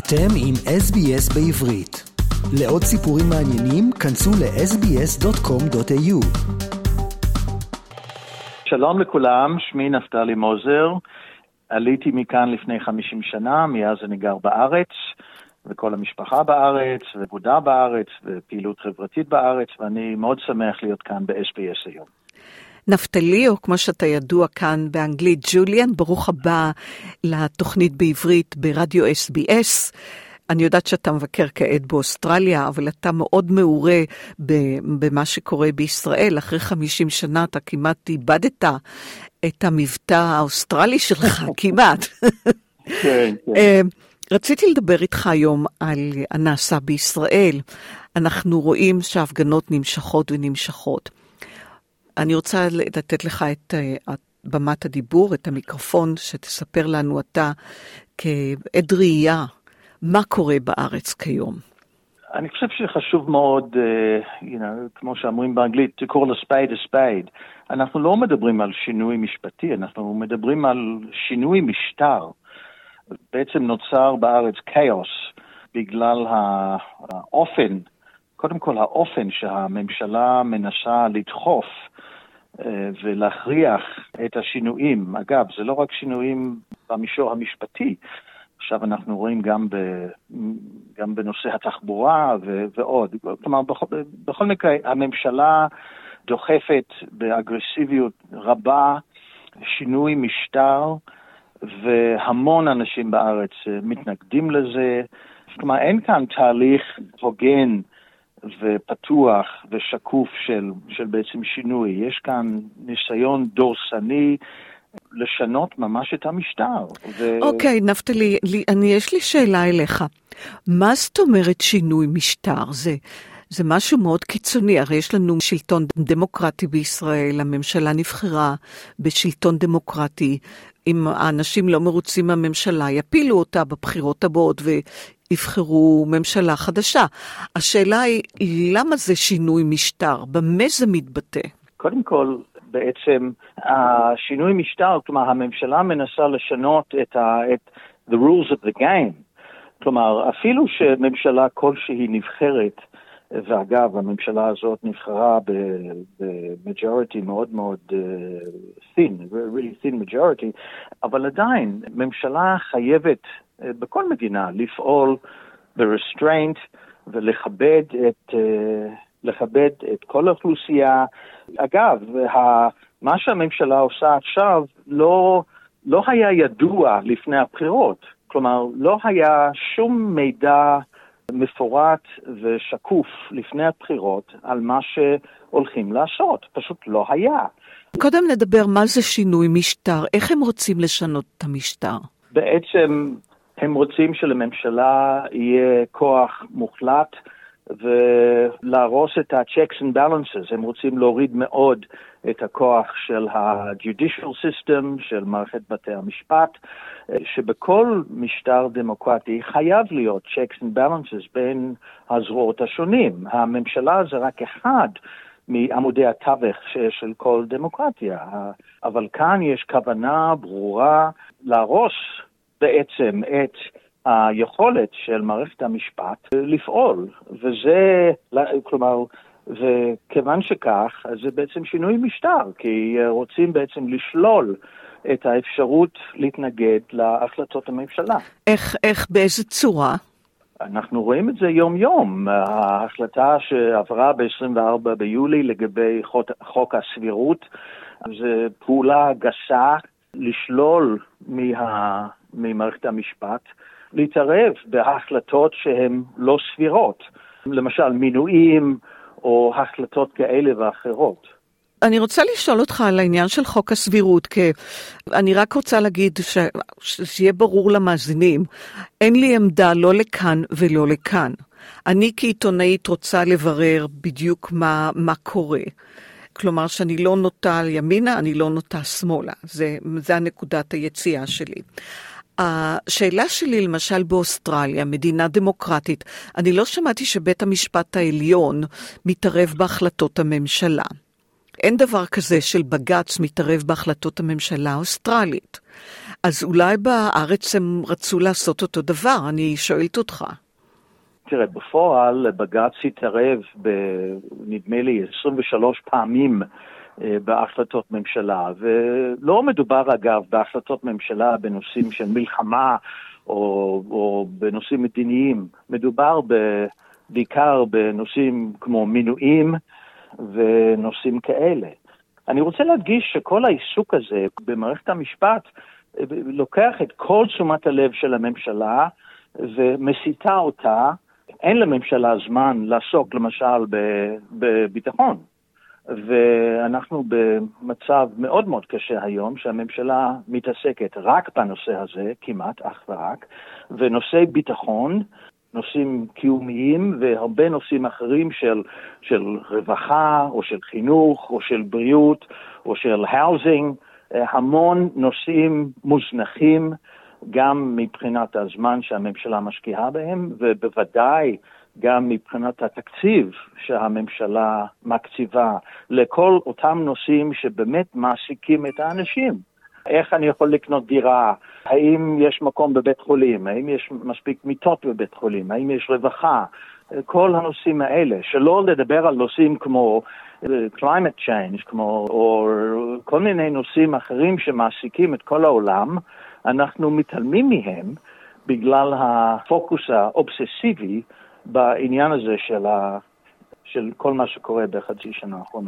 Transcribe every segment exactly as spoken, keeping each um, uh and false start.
אתם עם אס בי אס בעברית. לעוד סיפורים מעניינים, כנסו ל-אס בי אס דוט קום דוט איי יו. שלום לכולם, שמי נפתלי מוזר. עליתי מכאן לפני חמישים שנה, מאז אני גר בארץ, וכל המשפחה בארץ, ועבודה בארץ, ופעילות חברתית בארץ, ואני מאוד שמח להיות כאן ב-אס בי אס היום. נפתלי, או כמו שאתה ידוע כאן באנגלית, ג'וליאן, ברוך הבא לתוכנית בעברית ברדיו אס בי אס. אני יודעת שאתה מבקר כעת באוסטרליה, אבל אתה מאוד מעורה במה שקורה בישראל. אחרי חמישים שנה אתה כמעט איבדת את המבטא האוסטרלי שלך, כמעט. כן, כן. רציתי לדבר איתך היום על הנעשה בישראל. אנחנו רואים שההפגנות נמשכות ונמשכות. אני רוצה לתת לך את במת הדיבור, את המיקרופון, שתספר לנו אתה כעד ראייה, מה קורה בארץ כיום. אני חושב שחשוב מאוד, uh, you know, כמו שאומרים באנגלית, to call a spade a spade. אנחנו לא מדברים על שינוי משפטי, אנחנו מדברים על שינוי משטר. בעצם נוצר בארץ כאוס, בגלל האופן, קודם כל האופן שהממשלה מנסה לדחוף, ולהכריח את השינויים. אגב, זה לא רק שינויים במישור המשפטי, עכשיו אנחנו רואים גם, ב, גם בנושא התחבורה ו, ועוד. כלומר, בכל, בכל מקרה, הממשלה דוחפת באגרסיביות רבה שינוי משטר, והמון אנשים בארץ מתנגדים לזה. כלומר, אין כאן תהליך הוגן ופתוח ושקוף של, של בעצם שינוי. יש כאן ניסיון דורסני לשנות ממש את המשטר. ו... אוקיי, נפתלי, לי, אני, יש לי שאלה אליך. מה זאת אומרת שינוי משטר? זה, זה משהו מאוד קיצוני. הרי יש לנו שלטון דמוקרטי בישראל, הממשלה נבחרה בשלטון דמוקרטי. אם האנשים לא מרוצים מהממשלה, יפילו אותה בבחירות הבאות ו... יבחרו ממשלה חדשה. השאלה היא, למה זה שינוי משטר? במה זה מתבטא? קודם כל, בעצם, השינוי משטר, כלומר, הממשלה מנסה לשנות את ה, את the rules of the game. כלומר, אפילו שממשלה כלשהי נבחרת, ואגב, הממשלה הזאת נבחרה ב-majority מאוד מאוד uh, thin, really thin majority, אבל עדיין, ממשלה חייבת בכל מדינה לפעול ב-restraint ולכבד את, uh, לכבד את כל האוכלוסייה. אגב, ה, מה שהממשלה עושה עכשיו לא, לא היה ידוע לפני הבחירות. כלומר, לא היה שום מידע מפורט ושקוף לפני הבחירות על מה שהולכים לעשות. פשוט לא היה. קודם נדבר מה זה שינוי משטר. איך הם רוצים לשנות את המשטר? בעצם הם רוצים שלממשלה יהיה כוח מוחלט ולהרוס את ה-checks and balances. הם רוצים להוריד מאוד את הכוח של ה-judicial system, של מערכת בתי המשפט, שבכל משטר דמוקרטי חייב להיות checks and balances בין הזרועות השונים. הממשלה זה רק אחד מעמודי התווך של כל דמוקרטיה. אבל כאן יש כוונה ברורה להרוס בעצם את היכולת של מערכת המשפט לפעול, וזה, כלומר, וכיוון שכך, זה בעצם שינוי משטר, כי רוצים בעצם לשלול את האפשרות להתנגד להחלטות הממשלה. איך, איך, באיזה צורה? אנחנו רואים את זה יום יום. ההחלטה שעברה ב-עשרים וארבעה ביולי לגבי חוק, חוק הסבירות, זה פעולה גסה לשלול מה, ממערכת המשפט, להתערב בהחלטות שהן לא סבירות, למשל מינויים או החלטות כאלה ואחרות. אני רוצה לשאול אותך על העניין של חוק הסבירות, כי אני רק רוצה להגיד ש... שיהיה ברור למאזינים, אין לי עמדה לא לכאן ולא לכאן. אני כעיתונאית רוצה לברר בדיוק מה, מה קורה. כלומר שאני לא נוטה ימינה, אני לא נוטה שמאלה. זה, זה הנקודת היציאה שלי. השאלה שלי למשל באוסטרליה, מדינה דמוקרטית, אני לא שמעתי שבית המשפט העליון מתערב בהחלטות הממשלה. אין דבר כזה של בג"ץ מתערב בהחלטות הממשלה האוסטרלית. אז אולי בארץ הם רצו לעשות אותו דבר, אני שואלת אותך. תראה, בפועל בג"ץ התערב, נדמה לי, עשרים ושלוש פעמים בהחלטות ממשלה, ולא מדובר אגב בהחלטות ממשלה בנושאים של מלחמה או, או בנושאים מדיניים, מדובר ב, בעיקר בנושאים כמו מינויים ונושאים כאלה. אני רוצה להדגיש שכל העיסוק הזה במערכת המשפט לוקח את כל תשומת הלב של הממשלה ומסיטה אותה. אין לממשלה זמן לעסוק למשל בביטחון. ואנחנו במצב מאוד מאוד קשה היום, שהממשלה מתעסקת רק בנושא הזה, כמעט אך ורק, ונושאי ביטחון, נושאים קיומיים והרבה נושאים אחרים של, של רווחה או של חינוך או של בריאות או של housing, המון נושאים מוזנחים גם מבחינת הזמן שהממשלה משקיעה בהם, ובוודאי גם מבחינת התקציב שהממשלה מקציבה לכל אותם נושאים שבאמת מעסיקים את האנשים. איך אני יכול לקנות דירה? האם יש מקום בבית חולים? האם יש מספיק מיטות בבית חולים? האם יש רווחה? כל הנושאים האלה, שלא לדבר על נושאים כמו climate change, כמו, או כל מיני נושאים אחרים שמעסיקים את כל העולם, אנחנו מתעלמים מהם בגלל הפוקוס האובססיבי בעניין הזה של, ה, של כל מה שקורה בחצי שנה האחרונה.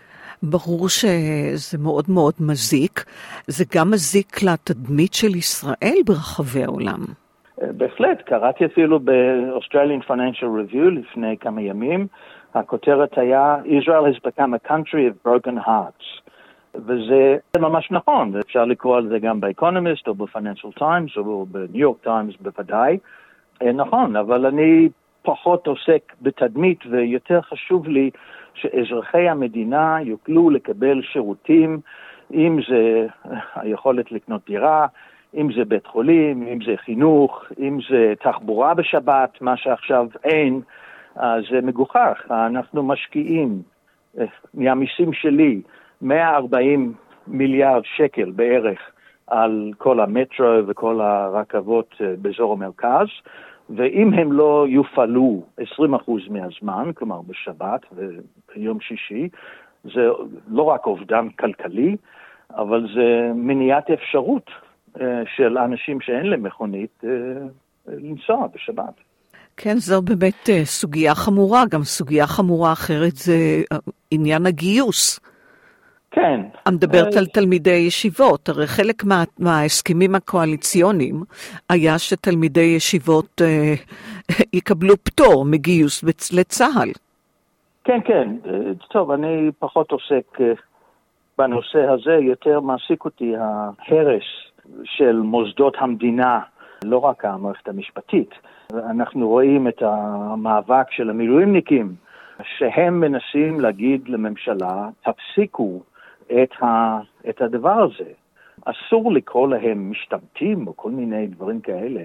ברור שזה מאוד מאוד מזיק. זה גם מזיק לתדמית של ישראל ברחבי העולם. בהחלט, קראתי אפילו ב-Australian Financial Review לפני כמה ימים, הכותרת היה Israel has become a country of broken hearts. וזה ממש נכון, אפשר לקרוא על זה גם ב-Economist או ב-Financial Times או ב-New York Times בוודאי. נכון, אבל אני פחות עוסק בתדמית, ויותר חשוב לי שאזרחי המדינה יוכלו לקבל שירותים, אם זה היכולת לקנות דירה, אם זה בית חולים, אם זה חינוך, אם זה תחבורה בשבת, מה שעכשיו אין, זה מגוחך. אנחנו משקיעים מהמיסים שלי מאה וארבעים מיליארד שקל בערך על כל המטרו וכל הרכבות באזור המרכז, ואם הם לא יופעלו עשרים אחוז מהזמן, כלומר בשבת וביום שישי, זה לא רק אובדן כלכלי, אבל זה מניעת אפשרות של אנשים שאין להם מכונית לנסוע בשבת. כן, זו באמת סוגיה חמורה, גם סוגיה חמורה אחרת זה עניין הגיוס. כן. אני מדברת על תלמידי ישיבות, הרי חלק מה, מההסכמים הקואליציוניים היה שתלמידי ישיבות אה, יקבלו פטור מגיוס לצהל. כן, כן, טוב, אני פחות עוסק בנושא הזה, יותר מעסיק אותי ההרס של מוסדות המדינה, לא רק המערכת המשפטית. אנחנו רואים את המאבק של המילואימניקים, שהם מנסים להגיד לממשלה, תפסיקו את, ה, את הדבר הזה. אסור לקרוא להם משתמטים או כל מיני דברים כאלה.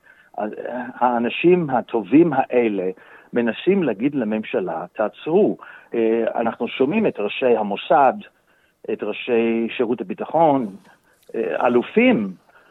האנשים הטובים האלה מנסים להגיד לממשלה, תעצרו. אנחנו שומעים את ראשי המוסד, את ראשי שירות הביטחון, אלופים,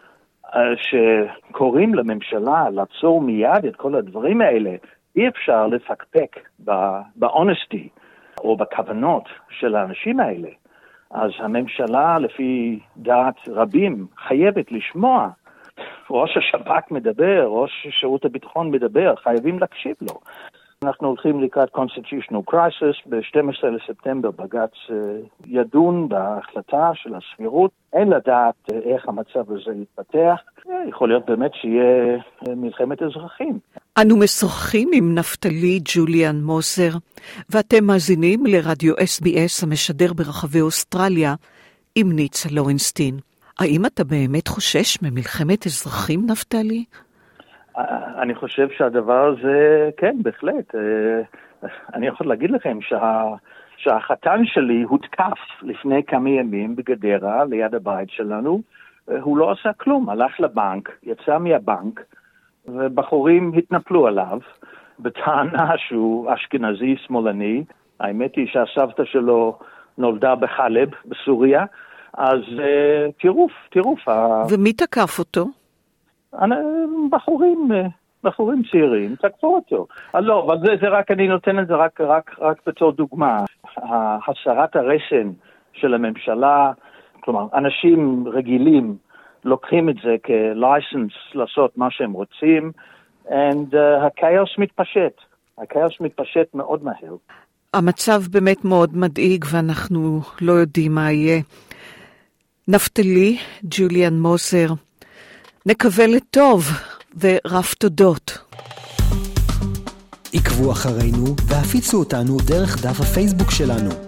שקוראים לממשלה לעצור מיד את כל הדברים האלה. אי אפשר לפקפק באונסטי או בכוונות של האנשים האלה. אז הממשלה, לפי דעת רבים, חייבת לשמוע. ראש השב"כ מדבר, ראש שירות הביטחון מדבר, חייבים להקשיב לו. אנחנו הולכים לקראת constitutional crisis, ב-שנים עשר לספטמבר בג"ץ ידון בהחלטה של הסבירות. אין לדעת איך המצב הזה יתפתח. יכול להיות באמת שיהיה מלחמת אזרחים. אנו משוחחים עם נפתלי ג'וליאן מוזר, ואתם מאזינים לרדיו אס בי אס המשדר ברחבי אוסטרליה עם ניצה לורנסטין. האם אתה באמת חושש ממלחמת אזרחים, נפתלי? אני חושב שהדבר הזה, כן, בהחלט. אני יכול להגיד לכם שה, שהחתן שלי הותקף לפני כמה ימים בגדרה, ליד הבית שלנו. הוא לא עשה כלום, הלך לבנק, יצא מהבנק, ובחורים התנפלו עליו, בטענה שהוא אשכנזי שמאלני. האמת היא שהסבתא שלו נולדה בחלב, בסוריה, אז טירוף, טירוף. ומי תקף אותו? בחורים, בחורים צעירים, תקפו אותו. לא, אבל זה, זה רק, אני נותן את זה רק, רק, רק בתור דוגמה. הסרת הרסן של הממשלה, כלומר, אנשים רגילים לוקחים את זה כלייסנס לעשות מה שהם רוצים, and uh, הכאוס מתפשט. הכאוס מתפשט מאוד מהר. המצב באמת מאוד מדאיג ואנחנו לא יודעים מה יהיה. נפתלי, ג'וליאן מוזר, נקווה לטוב ורב תודות. עקבו אחרינו והפיצו אותנו דרך דף הפייסבוק שלנו.